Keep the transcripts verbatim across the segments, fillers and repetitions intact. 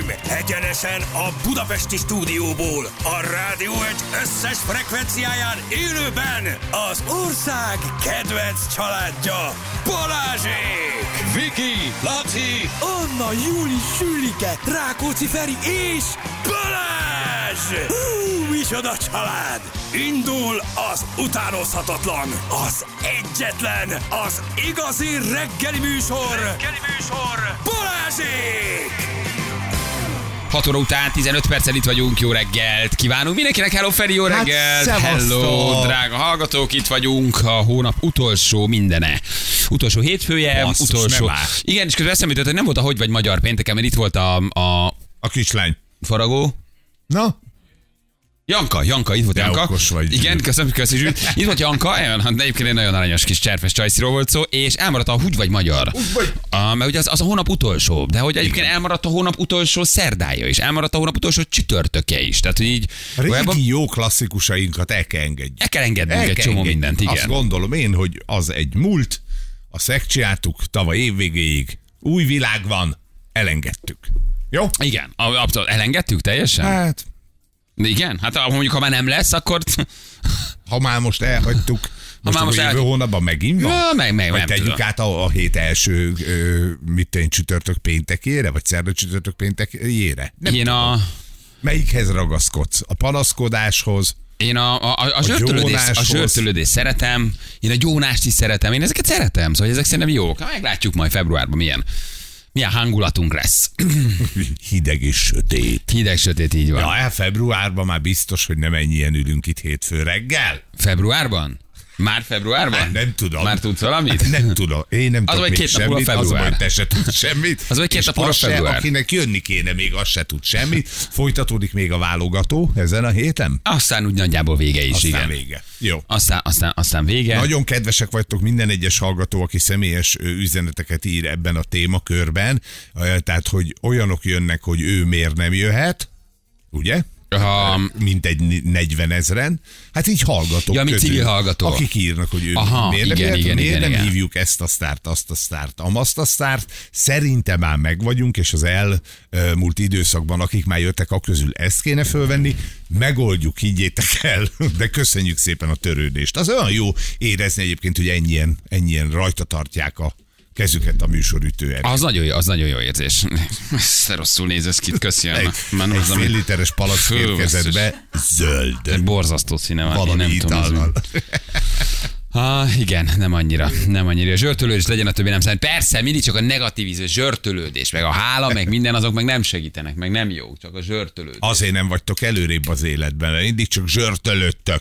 vezéreim, egyenesen a budapesti stúdióból, a Rádió egy összes frekvenciáján élőben az ország kedvenc családja, Balázsék! Viki, Laci, Anna, Júli, Sülike, Rákóczi Feri és Balázs! Hú, micsoda család! Indul az utánozhatatlan, az egyetlen, az igazi reggeli műsor, reggeli műsor, Balázsék! hat óra után tizenöt perccel itt vagyunk, jó reggelt kívánunk mindenkinek, hello Feri, jó reggelt, hát, hello drága hallgatók, itt vagyunk a hónap utolsó mindene. Utolsó hétfője, Basszus, utolsó... nem áll. Igen, és közben eszembe jutott, hogy nem volt a hogy vagy magyar pénteken, mert itt volt a... a... A kislány. Faragó. Na? Janka, Janka, itt volt De Janka. okos vagy. Igen, köszönöm, köszönöm. Itt volt Janka, egyébként egy nagyon aranyos kis cserfes csajsziról volt szó, és elmaradt a Hogy vagy magyar. Úgy vagy. A, mert ugye az, az a hónap utolsó, de hogy egyébként igen, elmaradt a hónap utolsó szerdája is, elmaradt a hónap utolsó csütörtöke is. Tehát, hogy így... Régi valójában jó klasszikusainkat el kell engedjük. el kell engednünk El egy kell csomó engedjük. mindent, igen. Azt gondolom én, hogy az egy múlt, azt megcsináltuk tavaly évvégéig, új világ van, elengedtük. Jó? Igen, a- abszolút elengedtük teljesen? Hát, Igen, hát ha mondjuk, ha már nem lesz, akkor... ha már most elhagytuk, most, már most most jövő el- hónapban megint van? Ja, meg- meg- vagy nem tegyük tudom. át a, a hét első, ö, mit én, csütörtök péntekére, vagy szerda csütörtök péntekére? Nem Én tudom. a... Melyikhez ragaszkodsz? A panaszkodáshoz? Én a, a, a, a, zsörtölődés, a gyónáshoz. zsörtölődés szeretem, én a gyónást is szeretem, én ezeket szeretem, szóval ezek szerintem jók. Ha meglátjuk majd februárban milyen, milyen hangulatunk lesz. Hideg és sötét. Hideg, sötét, így van. Ja, el februárban már biztos, hogy nem ennyien ülünk itt hétfő reggel. Februárban? Már februárban? Hát nem tudom. Már tudsz valamit? Nem tudom. Én nem Az tudok vagy még két nap múlva semmit, az február. vagy te se tudsz semmit. Az vagy két és nap múlva az se, február. akinek jönni kéne, még az se tud semmit. Folytatódik még a válogató ezen a héten? Aztán úgy nagyjából vége is, Aztán igen. vége. Jó. Aztán, aztán, aztán vége. Nagyon kedvesek vagytok minden egyes hallgató, aki személyes ö, üzeneteket ír ebben a témakörben. Ö, Tehát, hogy olyanok jönnek, hogy ő miért nem jöhet, ugye? Ha, Mint egy negyven ezren. Hát így hallgatók Ja, mint közül, civil hallgató. akik írnak, hogy ő Aha, miért nem, igen, jöhet, igen, miért igen, nem igen. hívjuk ezt a sztárt, azt a sztárt, amazt a sztárt. Szerintem már megvagyunk, és az elmúlt időszakban, akik már jöttek, a közül ezt kéne fölvenni. Megoldjuk, higgyétek el, de köszönjük szépen a törődést. Az olyan jó érezni egyébként, hogy ennyien, ennyien rajta tartják a kezüket a műsorütően. az nagyon jó, az nagyon jó érzés. Ez rosszul néz ez ki, köszönöm. Egy, Már nem egy az, ami- fél literes palack Fő, érkezett basszus. be, zöld. Egy borzasztó színe van. én Valami nem tudom, ez mi. itallal. Ah, igen, nem annyira, nem annyira. A zsörtölődés legyen, a többi nem számít. Persze, mindig csak a negatív ízű zsörtölődés, meg a hála, meg minden, azok meg nem segítenek, meg nem jó, csak a zsörtölődés. Azért nem vagytok előrébb az életben, mert mindig csak zsörtölöttök.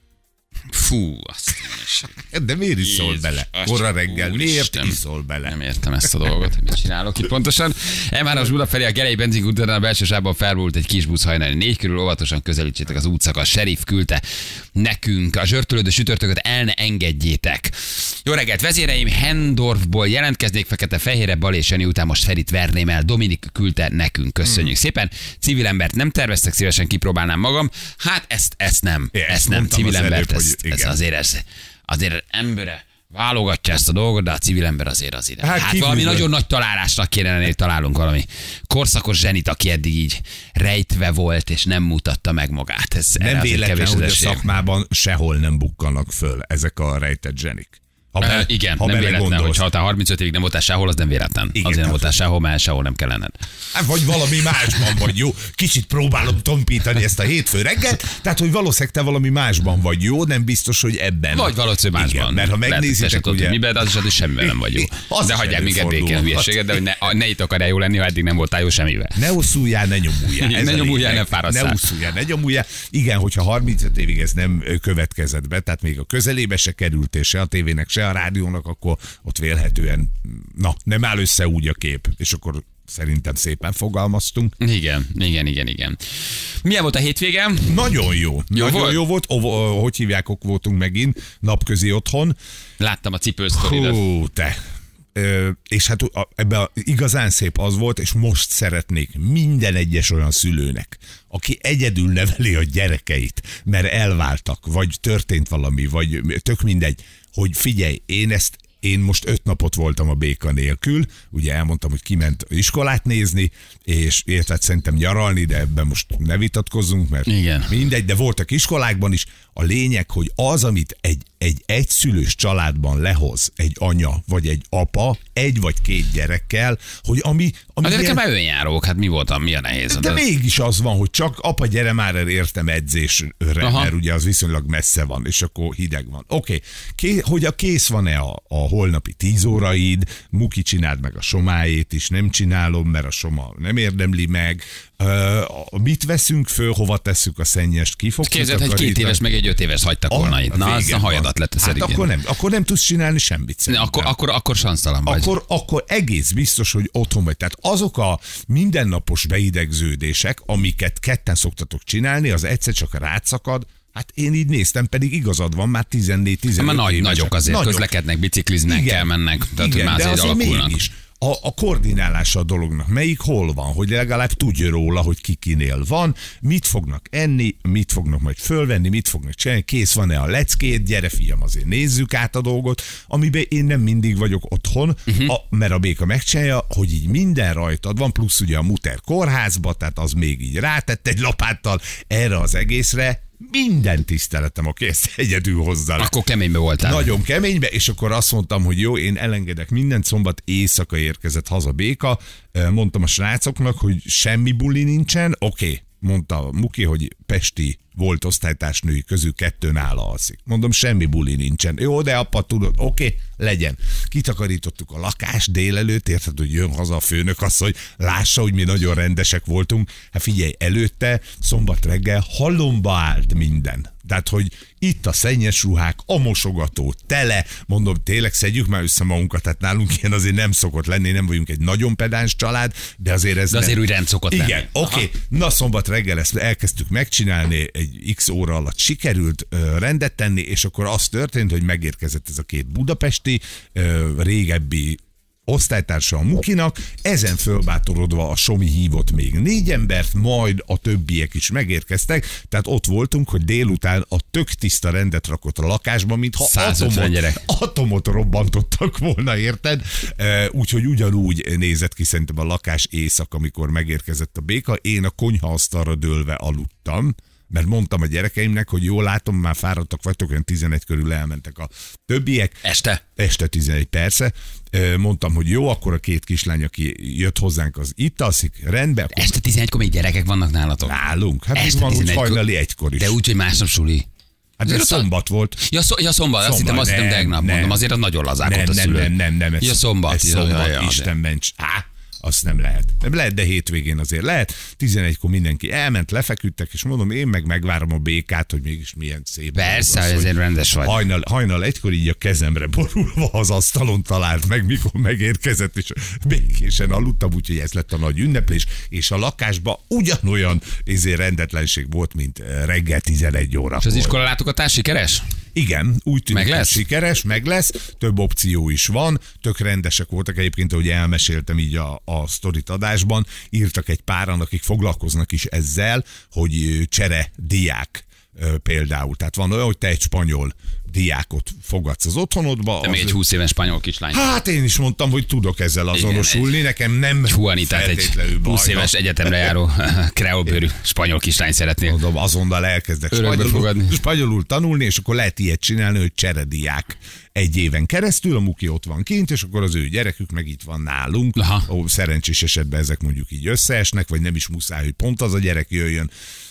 Fú, azt én De miért iszol Jézus, bele? azt Korra csak reggel, miért úristen. iszol bele? nem értem ezt a dolgot, hogy mit csinálok itt pontosan. Emáros Buda felé a Gerei benzinkúton a belső sávban felvult egy kis busz hajnali négy körül, óvatosan közelítsétek az útszakasz. Sheriff küldte nekünk. A zsörtölődő sütörtököt el ne engedjétek. Jó reggelt, vezéreim, Hendorfból jelentkeznék fekete-fehérre, Bal és Jani után most Ferit verném el. Dominik küldte nekünk. Köszönjük hmm. szépen. Civil embert nem terveztek, szívesen kipróbálnám magam. Hát ezt, ezt nem. Ja, ezt ezt nem. mondtam Civil az embert, előbb, ezt, hogy ez igen. azért, ez, azért embere válogatja ezt a dolgot, de a civil ember azért az ide. Hát Hát, kívülről. valami nagyon nagy találásnak kéne lenni, hogy találunk valami korszakos zsenit, aki eddig így rejtve volt, és nem mutatta meg magát. Ez Nem erre azért véletlen, kevés hogy az a esély. szakmában sehol nem bukkanak föl ezek a rejtett zsenik. Ha Ö, igen, nem véletlen, belegondolsz. hogyha te harmincöt évig nem voltál sehol, az nem véletlen. Igen, Azért nem voltál tehát- sehol, mert sehol nem kell lenned. Hát, vagy valami másban vagy jó. Kicsit próbálom tompítani ezt a hétfő reggelt, tehát, hogy valószínűleg te valami másban vagy jó, nem biztos, hogy ebben. Vagy valószínűleg másban. Igen, mert ha Lehet, hogy te se megnézitek, tudod, ugye... hogy miben, az is, hogy semmivel nem vagy jó. Az De is hagyjál minket békén a előfordulhat. hülyeséget, de hogy ne, ne itt akarjál jó lenni, ha eddig nem voltál jó semmivel. Ne osszuljál, ne nyomuljál. Ne Ez a nyomuljál, lényeg. ne fárasszál. Ne osszuljál, ne nyomuljál. Igen, hogyha harmincöt évig ez nem következett be, tehát még a közelébe se került, és se a tévének, se a rádiónak, akkor ott vélhetően, na, nem áll össze úgy a kép, és akkor szerintem szépen fogalmaztunk. Igen, igen, igen, igen. Milyen volt a hétvégem? Nagyon jó. Jó Nagyon volt? jó volt. O, o, hogy hívják, ok voltunk megint, napközi otthon. Láttam a cipősztoridat. Hú, te. Ö, és hát ebben igazán szép az volt, és most szeretnék minden egyes olyan szülőnek, aki egyedül neveli a gyerekeit, mert elváltak, vagy történt valami, vagy tök mindegy, hogy figyelj, én ezt Én most öt napot voltam a béka nélkül, ugye elmondtam, hogy kiment iskolát nézni, és érted, szerintem nyaralni, de ebben most ne vitatkozzunk, mert Igen. mindegy, de voltak iskolákban is. A lényeg, hogy az, amit egy, egy egyszülős családban lehoz egy anya vagy egy apa, egy vagy két gyerekkel, hogy ami... ami De nekem ilyen... már önjárók, hát mi voltam, mi a nehéz? De mégis az van, hogy csak apa, gyere már el, értem edzésre, Aha. mert ugye az viszonylag messze van, és akkor hideg van. Oké, okay. Hogy a kész van-e a, a holnapi tíz óraid, Muki csináld meg a somáét is, nem csinálom, mert a soma nem érdemli meg. Uh, mit veszünk föl, hova tesszük a szennyest, ki fog Képzeld, hogy két éves meg egy öt éves hagytak a, volna itt. Na, az a hajadat leteszed. Hát akkor nem, akkor nem tudsz csinálni semmit. Ne, akkor, akkor, akkor sansztalan vagy. Akkor, akkor egész biztos, hogy otthon vagy. Tehát azok a mindennapos beidegződések, amiket ketten szoktatok csinálni, az egyszer csak rátszakad. Hát én így néztem, pedig igazad van, már tizennégy tizenöt Már nagy, nagyok azért, nagyok. Közlekednek, bicikliznek, Igen. kell mennek. Tehát, Igen, már de azért azért alakulnak. mégis. A, a koordinálása a dolognak, melyik hol van, hogy legalább tudja róla, hogy ki kinél van, mit fognak enni, mit fognak majd fölvenni, mit fognak csinálni, kész van-e a leckét, gyere fiam, azért nézzük át a dolgot, amiben én nem mindig vagyok otthon, uh-huh. a, mert a béka megcsinálja, hogy így minden rajtad van, plusz ugye a muter kórházba, tehát az még így rátett egy lapáttal erre az egészre. Minden tiszteletem, aki ezt egyedül hozzá. Akkor keménybe voltál. Nagyon keménybe, és akkor azt mondtam, hogy jó, én elengedek mindent, szombat éjszaka érkezett haza béka, mondtam a srácoknak, hogy semmi buli nincsen, oké, okay. Mondta Muki, hogy pesti volt osztálytársnői közül kettő nála alszik. Mondom, semmi buli nincsen. Jó, de apa tudod, oké, okay, legyen. Kitakarítottuk a lakást délelőtt, érted, hogy jön haza a főnök azt, hogy lássa, hogy mi nagyon rendesek voltunk. Hát figyelj, előtte, szombat reggel halomba állt minden. Tehát, hogy itt a szennyes ruhák, a mosogató, tele, mondom, tényleg szedjük már össze magunkat, tehát nálunk ilyen azért nem szokott lenni, nem vagyunk egy nagyon pedáns család, de azért ez De azért nem... úgy rend szokott lenni. Igen, oké. Okay. Na, szombat reggel ezt elkezdtük megcsinálni, egy x óra alatt sikerült ö, rendet tenni, és akkor az történt, hogy megérkezett ez a két budapesti, ö, régebbi osztálytársa a Mukinak, ezen fölbátorodva a Somi hívott még négy embert, majd a többiek is megérkeztek, tehát ott voltunk, hogy délután a tök tiszta rendet rakott a lakásba, mintha atomot, atomot robbantottak volna, érted? Úgyhogy ugyanúgy nézett ki szerintem a lakás éjszaka, amikor megérkezett a béka, én a konyhaasztalra dőlve aludtam, mert mondtam a gyerekeimnek, hogy jól látom, már fáradtak vagytok, olyan tizenegy körül elmentek a többiek. Este? Este tizenegy, persze. Mondtam, hogy jó, akkor a két kislány, aki jött hozzánk, az itt alszik, rendben. Este tizenegykor még gyerekek vannak nálatok? Nálunk. Hát este van úgy hajnali egykor is. De úgy, hogy másnap suli. Hát ez szombat volt. Ja, szó, ja szombat, azt hittem, azt hittem tegnap, mondom, azért az nagyon lazák ott a szülő. Nem, nem, nem, ez, ja, szombat. Ez ja, szombat, ja, ja, Isten ments. Há, azt nem lehet. Nem lehet, de hétvégén azért lehet. tizenegykor mindenki elment, lefeküdtek, és mondom, én meg megvárom a békát, hogy mégis milyen szép. Persze, az, ezért rendes vagy. Hajnal, hajnal egykor így a kezemre borulva az asztalon talált meg, mikor megérkezett, és békésen aludtam, úgyhogy ez lett a nagy ünneplés, és a lakásban ugyanolyan ezért rendetlenség volt, mint reggel tizenegy óra. És az iskolalátogatás sikeres? Igen, úgy tűnik, meg lesz? sikeres, meg lesz, több opció is van, tök rendesek voltak egyébként, ahogy elmeséltem így a, a sztorit adásban, írtak egy páran, akik foglalkoznak is ezzel, hogy csere diák például. Tehát van olyan, hogy te egy spanyol diákot fogadsz az otthonodba. De még egy húsz éves spanyol kislány. Hát én is mondtam, hogy tudok ezzel azonosulni, nekem nem Juanitát egy húsz éves egyetemre járó kreolbőrű spanyol kislány szeretnél. Mondom, azonnal elkezdek spanyolul, spanyolul tanulni, és akkor lehet ilyet csinálni, hogy cserediák egy éven keresztül, a Muki ott van kint, és akkor az ő gyerekük meg itt van nálunk. Ó, szerencsés esetben ezek mondjuk így összeesnek, vagy nem is muszáj, hogy pont az a gyerek jöjjön.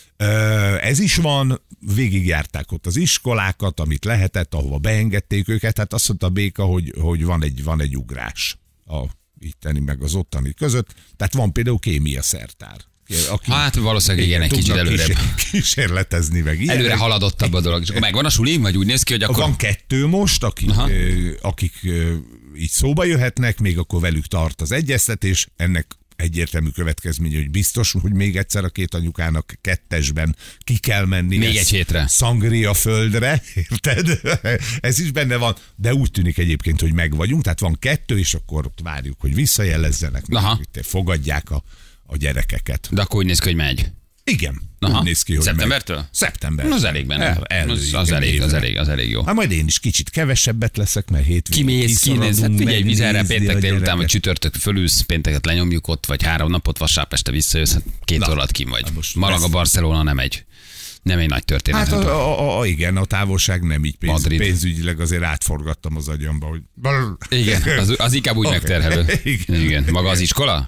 Ez is van, végigjárták ott az iskolákat, amit lehetett, ahova beengedték őket, hát azt mondta a béka, hogy, hogy van, egy, van egy ugrás a itteni meg az ottani között, tehát van például kémia szertár. Aki, hát valószínűleg igen, egy kicsit előre. Kísérletezni meg ilyen. Előre haladottabb a dolog. És akkor megvan a suli, vagy úgy néz ki, hogy akkor... Van kettő most, akik, akik így szóba jöhetnek, még akkor velük tart az egyeztetés, ennek egyértelmű következménye, hogy biztos, hogy még egyszer a két anyukának kettesben ki kell menni. Még egy hétre. Szangria földre, érted? Ez is benne van, de úgy tűnik egyébként, hogy meg vagyunk, tehát van kettő, és akkor várjuk, hogy visszajelezzenek, fogadják a, a gyerekeket. De akkor úgy néz ki, hogy megy. Igen. Aha. Úgy néz ki, hogy Szeptembertől? Meg. Szeptember. Az elég benne. El, el, az, az, elég, az, elég, az elég jó. Hát majd én is kicsit kevesebbet leszek, mert hétvégén Kimész, kinéz, hát figyelj, vizelre péntek délután, vagy csütörtök fölülsz, pénteket lenyomjuk ott, vagy három napot, vasárnap este visszajössz, hát két óra alatt kim vagy. Malaga, Barcelona nem egy. Nem egy nagy történet. Hát a, a, a, igen, a távolság nem így pénz, pénzügyileg azért átforgattam az agyamba, hogy... Igen, az, az inkább úgy okay. megterhelő. Igen. Igen. Maga az iskola?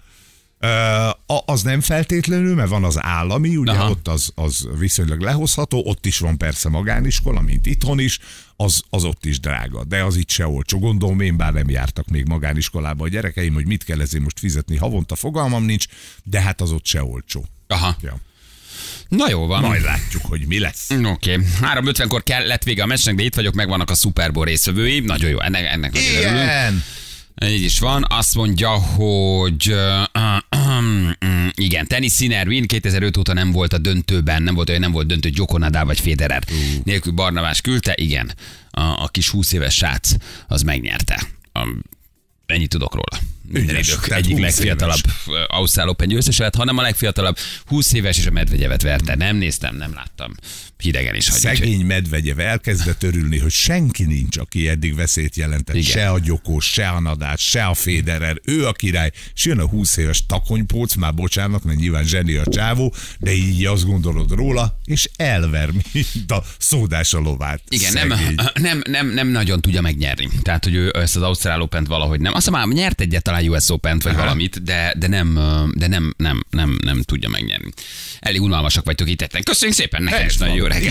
Uh, az nem feltétlenül, mert van az állami, ugye Aha. ott az, az viszonylag lehozható, ott is van persze magániskola, mint itthon is, az, az ott is drága, de az itt se olcsó. Gondolom én, bár nem jártak még magániskolába a gyerekeim, hogy mit kell ezért most fizetni havonta, fogalmam nincs, de hát az ott se olcsó. Aha. Ja. Na jó van. Majd látjuk, hogy mi lesz. Oké. Okay. három ötvenkor kell, lett vége a meccsnek, de itt vagyok, megvannak a Super Bowl részvevői. Nagyon jó, ennek, ennek nagyon örülünk. Így is van. Azt mondja, hogy uh, uh, uh, igen, Tennis Sinner Win kétezer-öt óta nem volt a döntőben, nem volt olyan, nem volt döntő Djoko Nadal vagy Federer. Uh. Nélkül Barnabás küldte, igen. A, a kis húsz éves srác az megnyerte. A, ennyit tudok róla. Minden Ügyes, idők egyik legfiatalabb Ausztrál Open győztese lett, hanem a legfiatalabb húsz éves, és a Medvegyevet verte. Nem néztem, nem láttam. Hidegen is hagyjuk. Szegény Medvegyev elkezdett örülni, hogy senki nincs, aki eddig veszélyt jelentett. Igen. Se a Djoko, se a Nadal, se a Federer. Ő a király, és jön a húsz éves takonypóc, már bocsánat, mert nyilván zseni a csávó, de így azt gondolod róla, és elver, mint a szódás a lovát. Igen, nem, nem, nem, nem nagyon tudja megnyerni. Tehát, hogy ő ezt az Ausztrál Opent valahogy nem. Azt hiszem, már nyert egyet talán U S Opent, vagy Aha. valamit, de, de, nem, de nem, nem, nem, nem tudja megnyerni. Elég unalmasak vagytok itt etten. Köszönjük szépen, nekem is nagyon jó reggel.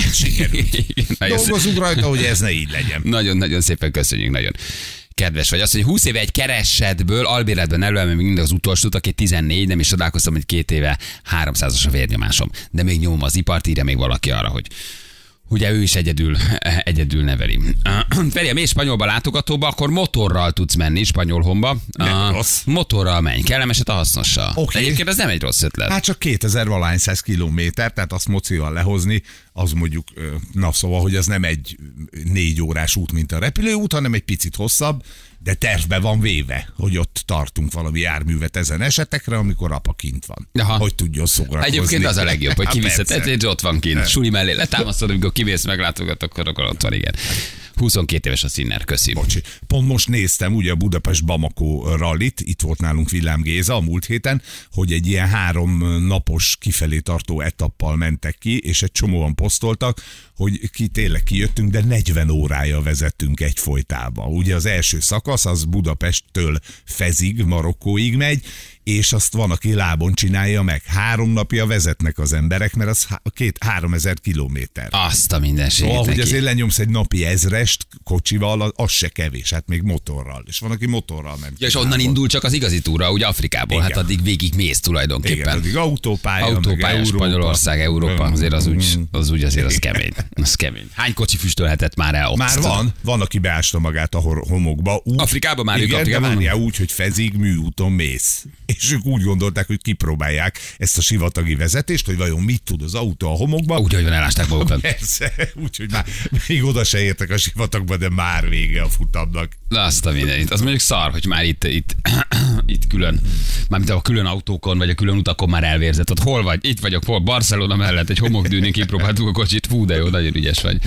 Dolgozunk rajta, hogy ez ne így legyen. Nagyon-nagyon szépen köszönjük, nagyon. Kedves vagy. Azt, hogy húsz éve egy keresetből albérletben előbb, még mindig az utolsót, aki tizennégy, nem is csodálkoztam, hogy két éve háromszázas a vérnyomásom. De még nyom az ipart, írja még valaki arra, hogy ugye ő is egyedül, egyedül neveli. Feri, mély spanyolba látogatóba, akkor motorral tudsz menni Spanyolhomba. Uh, motorral menj, kellemeset a hasznossal. Okay. Egyébként ez nem egy rossz ötlet. Hát csak kétezer valahány száz kilométer, tehát azt mocival lehozni, az mondjuk, na szóval, hogy az nem egy négy órás út, mint a repülőút, hanem egy picit hosszabb, de tervbe van véve, hogy ott tartunk valami járművet ezen esetekre, amikor apa kint van. Aha. Hogy tudjon szórakozni. Egyébként az a legjobb, hogy kiviszed, egy ott van kint, suli mellé letámasztod, amikor kivész, meglátogat, akkor, akkor ott van, igen. huszonkét éves a Sinner, köszi. Bocsi. Pont most néztem ugye a Budapest-Bamako rallit, itt volt nálunk Villám Géza a múlt héten, hogy egy ilyen három napos kifelé tartó etappal mentek ki, és egy csomóan posztoltak, hogy ki tényleg kijöttünk, de negyven órája vezettünk egyfolytába. Ugye az első szakasz az Budapesttől Fezig, Marokkóig megy, és azt van, aki lábon csinálja meg. Három napja vezetnek az emberek, mert az két, háromezer kilométer. Azt a mindenségét szóval, hogy azért lenyomsz egy napi ezrest kocsival, az se kevés, hát még motorral. És van, aki motorral ment. Ja, és onnan indul csak az igazi túra, ugye Afrikából. Igen. Hát addig végig mész tulajdonképpen. Igen, addig autópálya, autópálya Spanyolország, Európa, azért az úgy, az úgy azért az kemény. Az kemény. Hány kocsi füstölhetett már el ott? Már van, van, aki beásta magát a homokba. Úgy, Afrikában már igen, de várjál úgy, hogy Fezig műúton mész. És ők úgy gondolták, hogy kipróbálják ezt a sivatagi vezetést, hogy vajon mit tud az autó a homokba. Úgy, hogy van elásták magukat. Persze, úgyhogy már még oda se értek a sivatagba, de már vége a futamnak. Na azt a mindenit. Az mondjuk szar, hogy már itt, itt, itt külön, mármint a külön autókon, vagy a külön utakon már elvérzett. Ott hol vagy? Itt vagyok, hol? Barcelona mellett, egy homokdűnén kipróbáltuk a kocsit. Fú, de jó, nagyon ügyes vagy.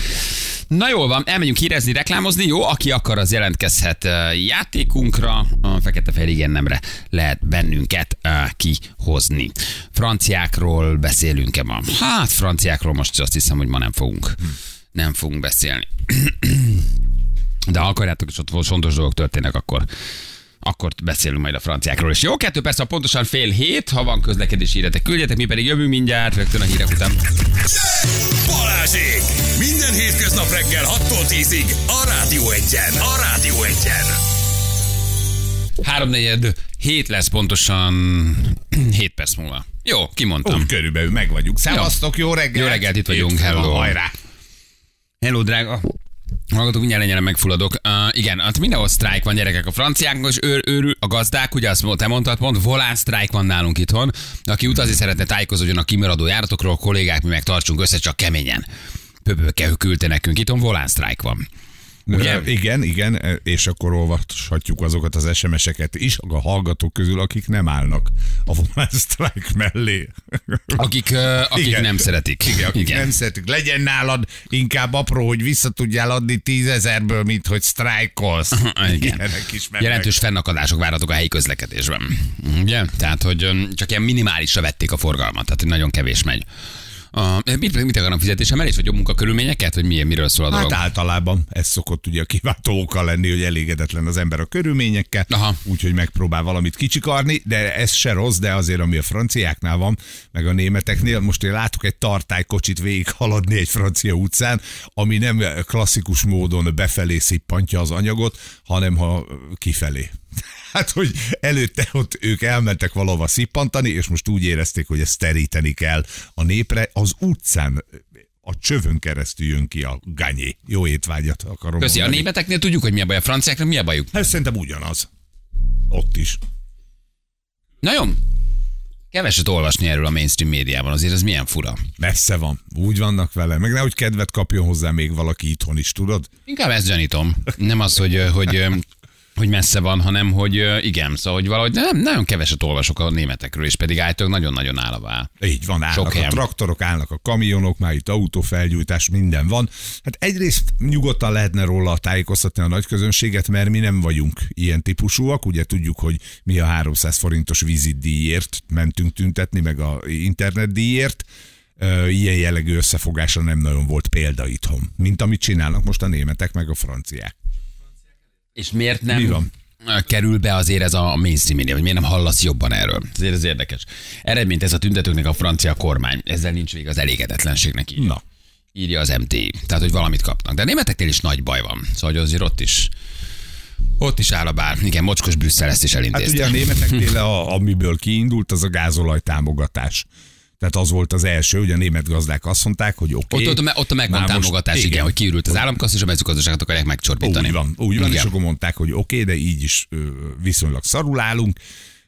Na jól van, elmegyünk hírezni, reklámozni. Jó, aki akar, az jelentkezhet játékunkra. A fekete-fehér igen nemre lehet bennünket uh, kihozni. Franciákról beszélünk-e ma? Hát franciákról most azt hiszem, hogy ma nem fogunk. Nem fogunk beszélni. De ha akarjátok, és ott fontos dolgok történnek, akkor akkor beszélünk majd a franciákról is. Jó, kettő perc, pontosan fél hét, ha van közlekedési híretek, küldjetek, mi pedig jövünk mindjárt, rögtön a hírek után. Balázsék! Minden hétköznap reggel hattól tízig a Rádió Egyen. A Rádió Egyen. Háromnegyed hét lesz pontosan hét perc múlva. Jó, kimondtam. Úgy körülbelül meg vagyunk. Szevasztok, jó reggelt! Jó reggelt, itt vagyunk, hello. Hajrá! Hello, drága. Hallgatok, mindjárt lenyelem megfulladok. Uh, igen, hát mindenhol sztrájk van, gyerekek, a franciáknak, és őr, őr, a gazdák, ugye azt te mondtad, pont volán sztrájk van nálunk itthon. Aki utazni szeretne, tájékozódjon a kimaradó járatokról, kollégák, mi meg tartsunk össze, csak keményen. Pöpökkel küldte nekünk, itthon volán sztrájk van. Ugye? Igen, igen, és akkor olvashatjuk azokat az es em es-eket is a hallgatók közül, akik nem állnak a vonalsztrájk mellé. Akik, uh, akik Igen. nem szeretik. Igen, akik Igen. nem szeretik. Legyen nálad inkább apró, hogy vissza tudjál adni tízezerből, mint hogy sztrájkolsz. Igen. Ilyenek is mennek. Jelentős fennakadások várhatók a helyi közlekedésben. Ugye? Tehát, hogy öm, csak ilyen minimálisra vették a forgalmat, tehát hogy nagyon kevés megy. Uh, mit, mit akarnak fizetésemelés, vagy jobb munkakörülményeket, vagy milyen, miről szól a dolog? Hát általában ez szokott ugye a kiváltó oka lenni, hogy elégedetlen az ember a körülményekkel, úgyhogy megpróbál valamit kicsikarni, de ez se rossz, de azért ami a franciáknál van, meg a németeknél, most én látok egy tartálykocsit végig haladni egy francia utcán, ami nem klasszikus módon befelé szippantja az anyagot, hanem ha kifelé. Hát, hogy előtte ott ők elmentek valahova szippantani, és most úgy érezték, hogy ezt teríteni kell a népre. Az utcán a csövön keresztül jön ki a ganyé. Jó étvágyat akarom Köszi, mondani. a németeknél tudjuk, hogy mi a baj, a franciáknak mi a bajuk? Hát szerintem ugyanaz. Ott is. Na jó, keveset olvasni erről a mainstream médiában, azért ez milyen fura. Messze van. Úgy vannak vele. Meg nehogy kedvet kapjon hozzá még valaki itthon is, tudod? Inkább ezt gyanítom. Nem az, hogy, hogy, hogy messze van, hanem hogy igen, szóval hogy valahogy nem, nagyon keveset olvasok a németekről, és pedig állítólag nagyon-nagyon állavá. Így van, állnak Sok a helyen. traktorok, állnak a kamionok, már itt autófelgyújtás, minden van. Hát egyrészt nyugodtan lehetne róla tájékoztatni a nagy közönséget, mert mi nem vagyunk ilyen típusúak. Ugye tudjuk, hogy mi a háromszáz forintos vizitdíjért mentünk tüntetni, meg a internetdíjért. Ilyen jellegű összefogásra nem nagyon volt példa itthon, mint amit csinálnak most a németek, meg a franciák. És miért nem Mi van? kerül be azért ez a mainstream média, vagy miért nem hallasz jobban erről? Ezért ez érdekes. Eredményt ez a tüntetőknek a francia kormány. Ezzel nincs vége az elégedetlenségnek így. Na. Írja az em té i. Tehát, hogy valamit kapnak. De a németeknél is nagy baj van. Szóval hogy azért ott is ott is áll a bár. Igen, mocskos Brüsszel ezt is Hát elintézte. ugye a németeknél, a, amiből kiindult, az a gázolaj támogatás. Tehát az volt az első, hogy a német gazdák azt mondták, hogy oké. Okay, ott, ott, ott a megvan támogatás, igen, igen, hogy kiürült az államkassz, és a mezőgazdaságot akarják megcsorbítani. Úgy van, úgy van, igen. és akkor mondták, hogy oké, okay, de így is ö, viszonylag szarul állunk,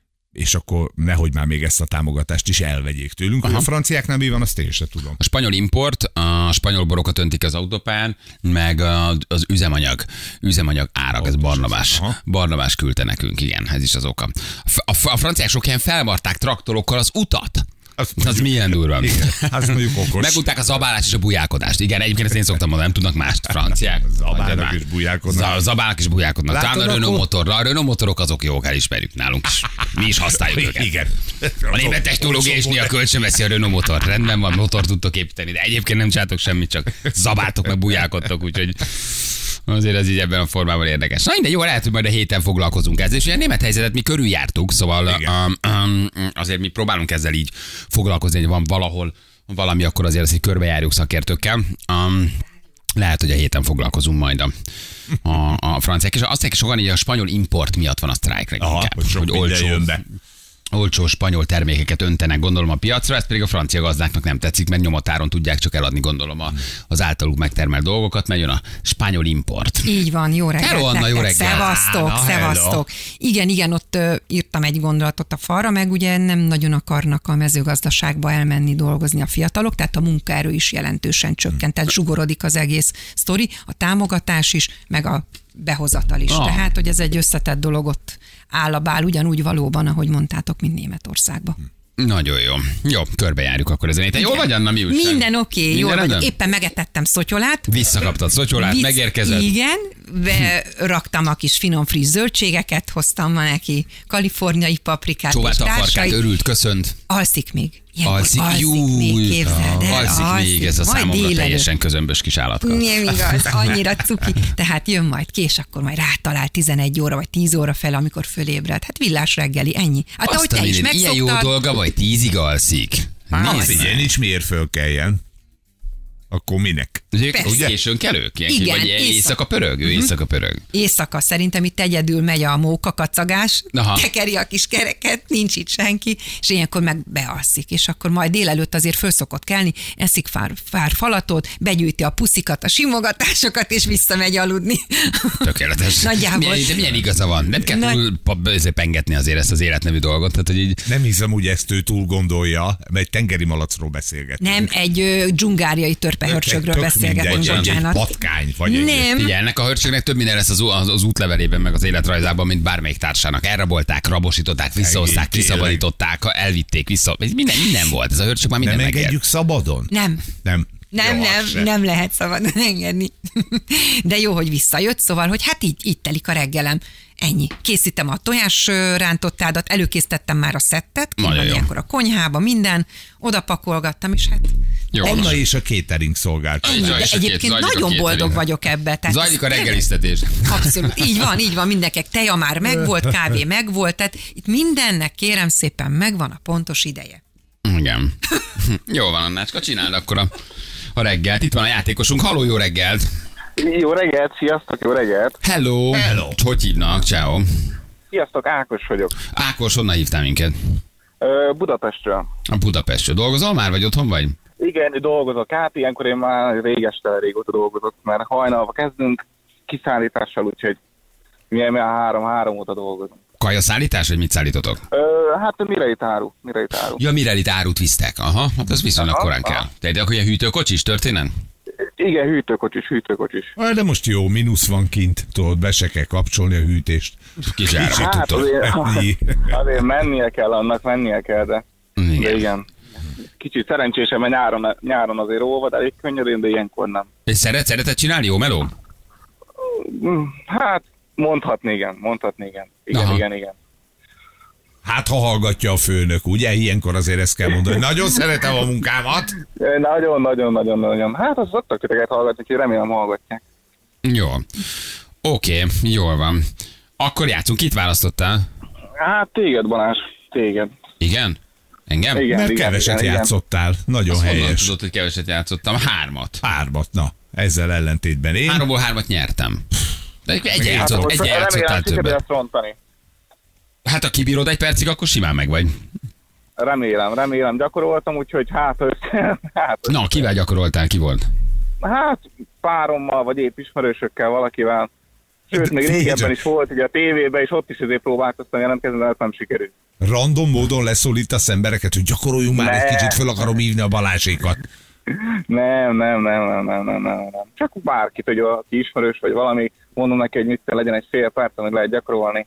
és akkor nehogy már még ezt a támogatást is elvegyék tőlünk. Hogy a franciáknál mi van, azt én sem tudom. A spanyol import, a spanyol borokat öntik az autópályán, meg az üzemanyag, üzemanyag árak, ez Barnabás. Barnabás küldte nekünk, igen, ez is az oka. A, a, a franciák sok helyen felvarták traktorokkal az utat. Azt Az milyen durva. Igen, azt mondjuk okos. Megutták a zabálást és a bujálkodást. Igen, egyébként ezt én szoktam mondani, nem tudnak mást, franciák. Zabálnak és bujálkodnak. Z- zabálnak és bujálkodnak. Látod, Talán a Renault akkor- motor. A Renault motorok azok jók, elismerjük nálunk is. Mi is használjuk őket. Igen. A német technológia és a kölcsön veszi a Renault motor. Rendben van, motor tudtok építeni, de egyébként nem csináltok semmit, csak zabáltok meg bujálkodtok, úgyhogy azért ez így ebben a formában érdekes. Na mindegy, jó, lehet, hogy majd a héten foglalkozunk ezzel. És ugye a német helyzetet mi körüljártuk, szóval um, um, azért mi próbálunk ezzel így foglalkozni, hogy van valahol valami, akkor azért ezt így körbejárjuk szakértőkkel. Um, lehet, hogy a héten foglalkozunk majd a, a, a franciák. És azt mondják sokan, hogy a spanyol import miatt van a sztrájk leginkább. Aha, hogy sok minden jön be. olcsó spanyol termékeket öntenek, gondolom, a piacra, ez pedig a francia gazdáknak nem tetszik, mert nyomatáron tudják csak eladni, gondolom, a, az általuk megtermelt dolgokat, mert jön a spanyol import. Így van, jó reggelt. Hello, Anna, nektek. jó reggelt. Szevasztok, Na, szevasztok. Igen, igen, ott ö, írtam egy gondolatot a falra, meg ugye nem nagyon akarnak a mezőgazdaságba elmenni dolgozni a fiatalok, tehát a munkaerő is jelentősen csökkent, tehát zsugorodik az egész sztori, a támogatás is, meg a behozatal is. Ah. Tehát, hogy ez egy összetett dolog ott áll a bál, ugyanúgy valóban, ahogy mondtátok, mint Németországban. Nagyon jó. Jó, körbejárjuk akkor ezen héten. Jó vagy, Anna, mi újság? Minden oké, okay, jól Minden vagyok. rendben? Éppen megetettem szotyolát. Visszakaptad szotyolát, Vicc- megérkezett. Igen, beraktam a kis finom friss zöldségeket, hoztam ma neki kaliforniai paprikát és Csóválta a farkát, társait. örült, köszönt. Alszik még. Ilyenkor Alszik, alszik jú, még, képzeld el. alszik még, ez a Majd számomra délelőtt. teljesen közömbös kis állatka. Nem igaz, annyira cuki. Tehát jön majd ki, és akkor majd rátalál tizenegy óra vagy tíz óra fel, amikor fölébred. Hát villás reggeli, ennyi. Hát ahogy Azt a te is mindenit, ilyen jó megszoktad. dolga, vagy tízig alszik. Hát Nézd figyelj, meg. nincs miért fölkeljen. Akkor minek? Ők Persze. későn kelők? Ilyen, Igen, vagy éjszaka. éjszaka pörög? Ő éjszaka pörög. Éjszaka szerintem itt egyedül megy a móka kacagás, Aha. tekeri a kis kereket, nincs itt senki, és ilyenkor meg bealszik, és akkor majd délelőtt azért föl szokott kelni, eszik fár, fár falatot, begyűjti a puszikat, a simogatásokat, és visszamegy aludni. Tökéletes. Nagyjából. Milyen, de milyen igaza van? Nem kell Nagy- túl pa- ezért pengetni azért ezt az életnevű dolgot. Tehát, hogy így... Nem hiszem, hogy ezt ő túl gondolja, mert egy tengeri malacról beszélget. Nem, egy ö, dzsungáriai törpe behörcsögről Tök beszélgetünk, mindegy, bocsánat. egy patkány vagy egy... Nem. Figyelj, ennek a hörcsögnek több minden lesz az, az, az útlevelében, meg az életrajzában, mint bármelyik társának. Elrabolták, rabosították, visszahozták, Tényleg. kiszabadították, elvitték, vissza. Minden, minden volt. Ez a hörcsög már minden Nem megér. engedjük szabadon? Nem. Nem. Nem, Jó, nem, az se. nem lehet szabadon engedni. De jó, hogy visszajött, szóval, hogy hát így, így telik a reggelem. Ennyi. Készítem a tojás ö, rántottádat, előkészítettem már a szettet, ki Nagyon van jó. ilyenkor a konyhába, minden, oda pakolgattam, és hát Jó, Anna most és a catering szolgáltatás. ennyi. De Zajlik a két- egyébként zajlik a nagyon catering. boldog vagyok ebbe. Tehát zajlik a ez- reggeliztetés. Abszolút, így van, így van, mindenkinek teja már megvolt, kávé megvolt, tehát itt mindennek kérem szépen megvan a pontos ideje. Igen. Jó van, Annácska, csináld akkor a, a reggelt. Itt van a játékosunk. Halló, jó reggelt! Jó reggelt, sziasztok, jó reggelt! Hello! Hello. Hogy hívnak? Ciao. Sziasztok, Ákos vagyok. Ákos, honnan hívtál minket? Ö, Budapestről. A Budapestről. Dolgozol már, vagy otthon vagy? Igen, dolgozok át, ilyenkor én már régestel régóta dolgozok, mert hajnalba kezdünk kiszállítással, úgyhogy mi már három-három óta dolgozunk. Kajaszállítás, vagy mit szállítotok? Ö, hát mireit áru, mireit áru. Ja, mire itt árut visztek? Aha, hát az viszonylag Aha, korán aha. kell. De, de akkor ilyen hűtőkocsis történet? Igen, hűtőkocsis, hűtőkocsis. Ah, de most jó, mínusz van kint, tudod, be se kell kapcsolni a hűtést. Kis ára. Se Hát tudod azért, menni. azért mennie kell, annak mennie kell, de, de Igen. igen. Kicsit szerencsésem, mert nyáron, nyáron azért olvad, elég könnyedén, de ilyenkor nem. És szeret, szereted csinálni? Jó meló? Mm, Hát, mondhatni igen, mondhatni igen. Igen, Aha. igen, igen. Hát, ha hallgatja a főnök, ugye? Ilyenkor azért ezt kell mondani. Nagyon szeretem a munkámat. Nagyon, nagyon, nagyon, nagyon. Hát az szoktak titeket hallgatni, úgyhogy remélem hallgatják. Jó. Oké, jól van. Akkor játszunk. Kit választottál? Hát téged, Balázs, téged. Igen? Engem? Igen, Mert igen, keveset igen, igen. játszottál. Nagyon Azt honnan helyes. tudod, hogy keveset játszottam? Hármat. Hármat, na. Ezzel ellentétben én. Háromból hármat nyertem. De egy Hát játszott, most egy játszottál remélem, sikerül többet. ezt rontani. Hát ha kibírod egy percig, akkor simán meg vagy. Remélem, remélem, gyakoroltam, úgyhogy hát, össze, hát, Na, kivel gyakoroltál, ki volt? hát párommal, vagy épp ismerősökkel, valakivel. Sőt, még Figyelj régebben csak. is volt, ugye a tévében, és ott is azért próbálkoztam jelentkezni, de ez nem sikerült. Random módon leszólítasz embereket, hogy gyakoroljunk már Ne. egy kicsit, föl akarom hívni a Balázsékat. Nem, nem, nem, nem, nem, nem, nem, nem. Csak bárkit, hogy aki ismerős, vagy valami, mondom neki, hogy mit kell legyen egy fél perc, hogy lehet gyakorolni.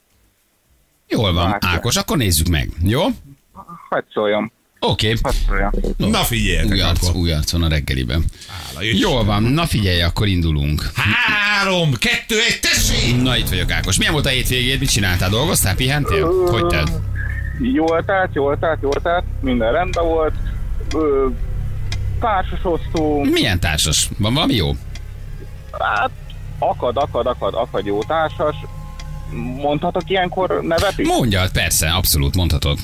Jól van, Vágja. Ákos, akkor nézzük meg. Jó? Hadd szóljam, Oké. hadd szóljam. Na figyeljetek Új arc, akkor. új arc van a reggeliben. Hála Isten. Jól van, na figyelj, akkor indulunk. Három, kettő, egy, tessék! Na itt vagyok, Ákos. Milyen volt a hétvégéd? Mit csináltál? Dolgoztál? Pihentél? Hogy telt? Jól telt, jól telt, jól telt, minden rendben volt. Ö, társasoztunk, Milyen társas? Van valami jó? hát akad, akad, akad, akad jó társas. Mondhatok ilyenkor nevet is? Mondjad, persze, abszolút mondhatod.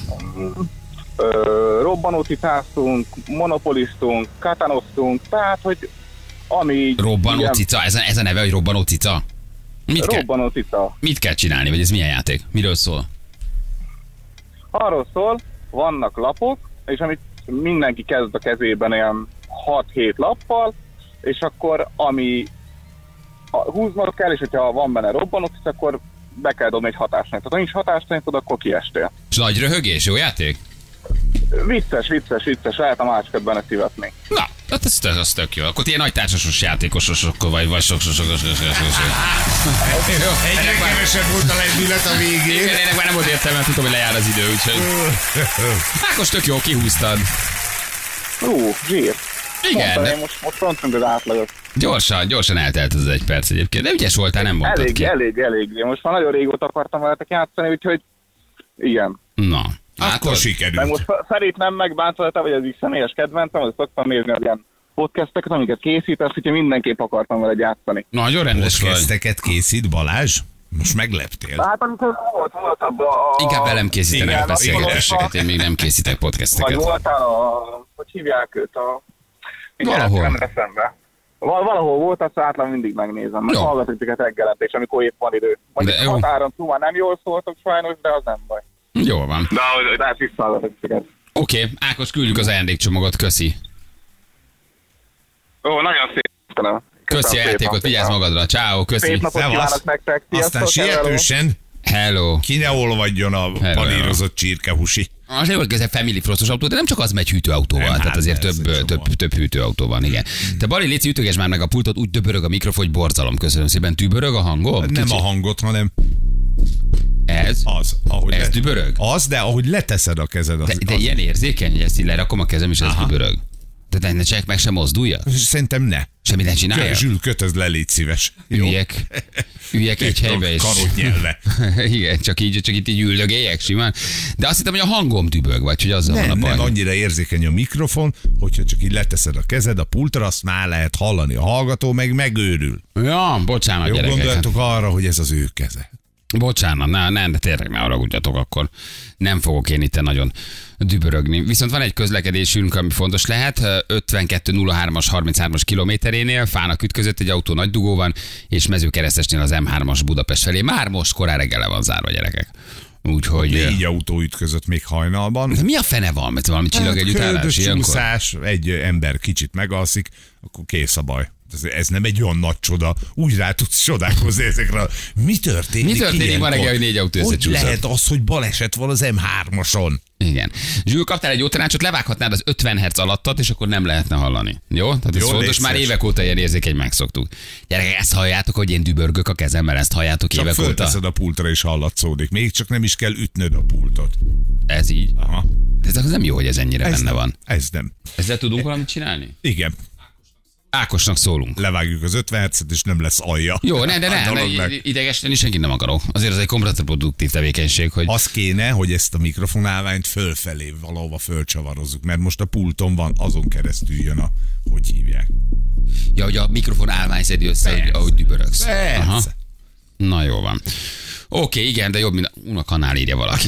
Ö, robbanócicáztunk, monopoliztunk, katanoztunk, tehát, hogy ami... Robbanó ilyen- cica, ez a, ez a neve, hogy robbanó cica? Mit kell, Robbanócica. mit kell csinálni, vagy ez milyen játék? Miről szól? Arról szól, vannak lapok, és amit mindenki kezd a kezében ilyen hat-hét lappal, és akkor ami ha húznod kell, és hogyha van benne robbanócica, akkor be kell dobni egy hatástanítot. Ha nincs hatástanítod, akkor kiestél. És nagy röhögés, jó játék? Vicces, vicces, vicces, lehet a másikat benne szívetni. Na, hát ez, ez, ez tök jó. Akkor ti ilyen nagy társasos játékososokkal vagy, vagy sok, sok, sok, sok, sok, sok, sok. Egyre kevesebb volt a lendület a végén. Igen, ennek már nem volt értelme, tudom, hogy lejár az idő, úgyhogy... Ákos, tök jó, kihúztad. Ú, zsír. Igen, Mondtam, de én most, most rontunk az átlagot. gyorsan, gyorsan eltelt az egy perc egyébként. De ügyes voltál, nem mondtad Elég, ki. elég, elég. Most már nagyon régóta akartam veletek játszani, úgyhogy igen. Na, Akkor látod? Meg sikerült. most Ferit nem megbántva, te vagy az így személyes kedvencem, hogy szoktam nézni az ilyen podcasteket, amiket készítesz, úgyhogy mindenképp akartam veled játszani. Nagyon rendes vagy. Podcasteket készít Balázs? Most megleptél. Hát amikor volt, volt abban a... Inkább velem készítenek Igen, a beszélgetéseket, én még nem készítek Vagy podcasteket. voltál a... Hogy hívják őt a... Valahol. Nem eszembe. Val- valahol volt, azt általában mindig megnézem. Meg Jó. hallgatok titeket reggelente, és amikor épp van idő. Mondjuk De jó. határon túl már nem jól szóltok sajnos, de az nem baj. Jól van. De ahogy de visszahallgatok titeket. Oké, okay, Ákos, küldjük az ajándékcsomagot, köszi. Ó, nagyon szép. Köszönöm. Köszi a Köszönöm játékot, szépen. vigyázz magadra. Ciao, köszi. Szép napot Szevasz. kívánok nektek. Aztán Sziasztok, hello. sietősen Hello. Ki ne olvadjon a Hello. panírozott csirkehusi. Azért volt ez Family Frostos autó, de nem csak az megy hűtőautóval, Nem, tehát hát azért ez több, egy több, csomó. több hűtőautó van, igen. Te Bali, léci, ütöges már meg a pultot, úgy döbörög a mikrofon, hogy borzalom, köszönöm szépen. Tübörög a hangom? Nem Kicsit. a hangot, hanem Ez? az. Ahogy Ez dübörög? Az, de ahogy leteszed a kezed. Az, De, de az, ilyen érzékeny, hogy ezt így lerakom a kezem, és ez dübörög. Tehát ne csak meg sem mozdulja? Szerintem ne. Semmit nem csinálja? Zsül, kötözd le, légy szíves. Jó? Üljek, üljek egy helybe, és... Karót nyelve. Igen, csak így, csak itt így üldögéljek simán. De azt hittem, hogy a hangom dübög, vagy hogy azzal van a Nem, baj. nem annyira érzékeny a mikrofon, hogyha csak így leteszed a kezed a pultra, azt már lehet hallani. A hallgató meg megőrül. Ja, bocsánat, Jó, gyerekek. gondoljatok arra, hogy ez az ő keze. Bocsánat, ne, ne, de tényleg ne haragudjatok, akkor nem fogok én itt nagyon dübörögni. Viszont van egy közlekedésünk, ami fontos lehet, ötvenkettő nulla hármas harminchárom kilométerénél, fának ütközött egy autó nagy dugó van, és Mezőkeresztesnél az em hármas Budapest felé. Már most korán reggel le van zárva, gyerekek. Úgyhogy... Négy autó ütközött még hajnalban. De mi a fene van? Mert valami csillag együttállás köldös ilyenkor? csúszás, egy ember kicsit megalszik, akkor kész a baj. Ez, ez nem egy olyan nagy csoda. Úgy rá tudsz csodálkozni ezekre. Mi történik? Mi történik ilyenkor? ma reggel, hogy négy autó Hogy összecsúszott? lehet az, hogy baleset van az em hármason? Igen. Zsül, kaptál egy jó tanácsot, levághatnád az ötven hertz alattat, és akkor nem lehetne hallani. Jó? Tehát ez Jó, fontos, légy már szíves. évek óta ilyen érzékeny megszoktuk. Gyerekek, ezt halljátok, hogy én dübörgök a kezemmel, ezt halljátok Csak évek óta? fölteszed a pultra és hallatszódik. Még csak nem is kell ütnöd a pultot. Ez így. Aha. De ez az nem jó, hogy ez ennyire Ez benne nem. van. Ez nem. Ezzel tudunk valamit csinálni? Igen. Ákosnak szólunk. Levágjuk az ötven hertzet, és nem lesz alja. Jó, ne, de A ne, ne dolognak. idegesíteni senkit nem akarok. Azért az egy kontraproduktív tevékenység, hogy Az kéne, hogy ezt a mikrofonálványt fölfelé valahova fölcsavarozzuk, mert most a pulton van, azon keresztül jön a, hogy hívják. ja, hogy a mikrofon állvány szedi össze, hogy, Persze. ahogy dübörögsz. Persze. Na jó van. Oké, igen, de jobb, mint a kanál írja valaki.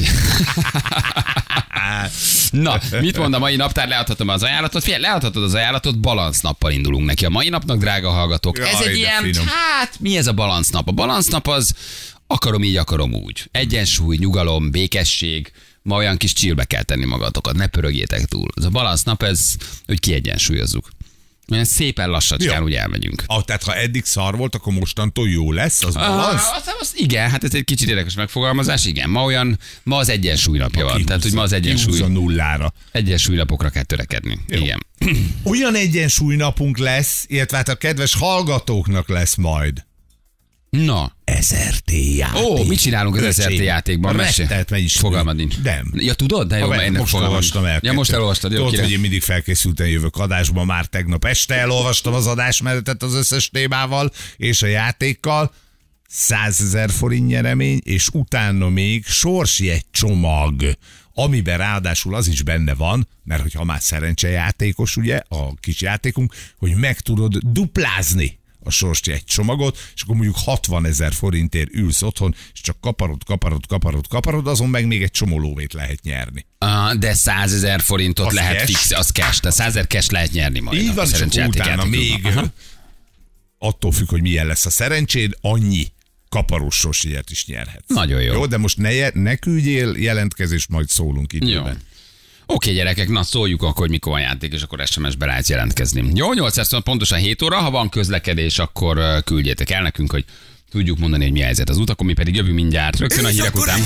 Na, mit mond a mai naptár? Leadhatom az ajánlatot? Figyelj, leadhatod az ajánlatot, balancnappal indulunk neki. A mai napnak, drága hallgatók. Jaj, Ez egy de ilyen, finom. hát mi ez a balancnap? A balancnap az akarom így, akarom úgy. Egyensúly, nyugalom, békesség, ma olyan kis chillbe kell tenni magatokat, ne pörögjétek túl. Ez a balancnap, ez, hogy kiegyensúlyozzuk. Olyan szépen lassacskán Jó. úgy elmegyünk. Ah, tehát ha eddig szar volt, akkor mostantól jó lesz, az balansz? Ah, az, az, igen, hát ez egy kicsit érdekes megfogalmazás, igen. Ma olyan, ma az egyensúly napja van. Tehát, hogy ma az egyensúly, Kihúzza nullára. egyensúlynapokra kell törekedni. Jó. Igen. Olyan egyensúlynapunk lesz, illetve hát a kedves hallgatóknak lesz majd. Na. es er té játék. Ó, mit csinálunk az es er té Öcsém, játékban? Mesélj. rettet mennyis- Fogalmad nincs. Nem. Ja, tudod? De jó, Ha, mert ennek most fogalmam olvastam el. Ja, most elolvastad, jó, Tudod, király. hogy én mindig felkészülten jövök adásba, már tegnap este elolvastam az adásmenetet az összes témával és a játékkal. százezer forint nyeremény, és utána még sorsjegy csomag, amiben ráadásul az is benne van, mert hogyha már szerencsejátékos, ugye, a kis játékunk, hogy meg tudod duplázni a sorsjegy csomagot, és akkor mondjuk hatvanezer forintért ülsz otthon, és csak kaparod, kaparod, kaparod, kaparod, azon meg még egy csomó lóvét lehet nyerni. Ah, de százezer forintot Az lehet cash. fix, az cash, tehát százezer cash lehet nyerni majd. Így a van, és akkor szerencsejáték utána még, játékokban. Aha. attól függ, hogy milyen lesz a szerencséd, annyi kaparós sorsjegyet is nyerhetsz. Nagyon jó. Jó, de most ne, ne küldjél jelentkezést, majd szólunk Jó. időben. Oké, gyerekek, na szóljuk akkor, hogy mikor van játék, és akkor es em es-be lehet jelentkezni. Jó, nyolc perc, pontosan hét óra, ha van közlekedés, akkor ö, küldjétek el nekünk, hogy tudjuk mondani, hogy mi a helyzet az utakon, mi pedig jövünk mindjárt rögtön a hírek után.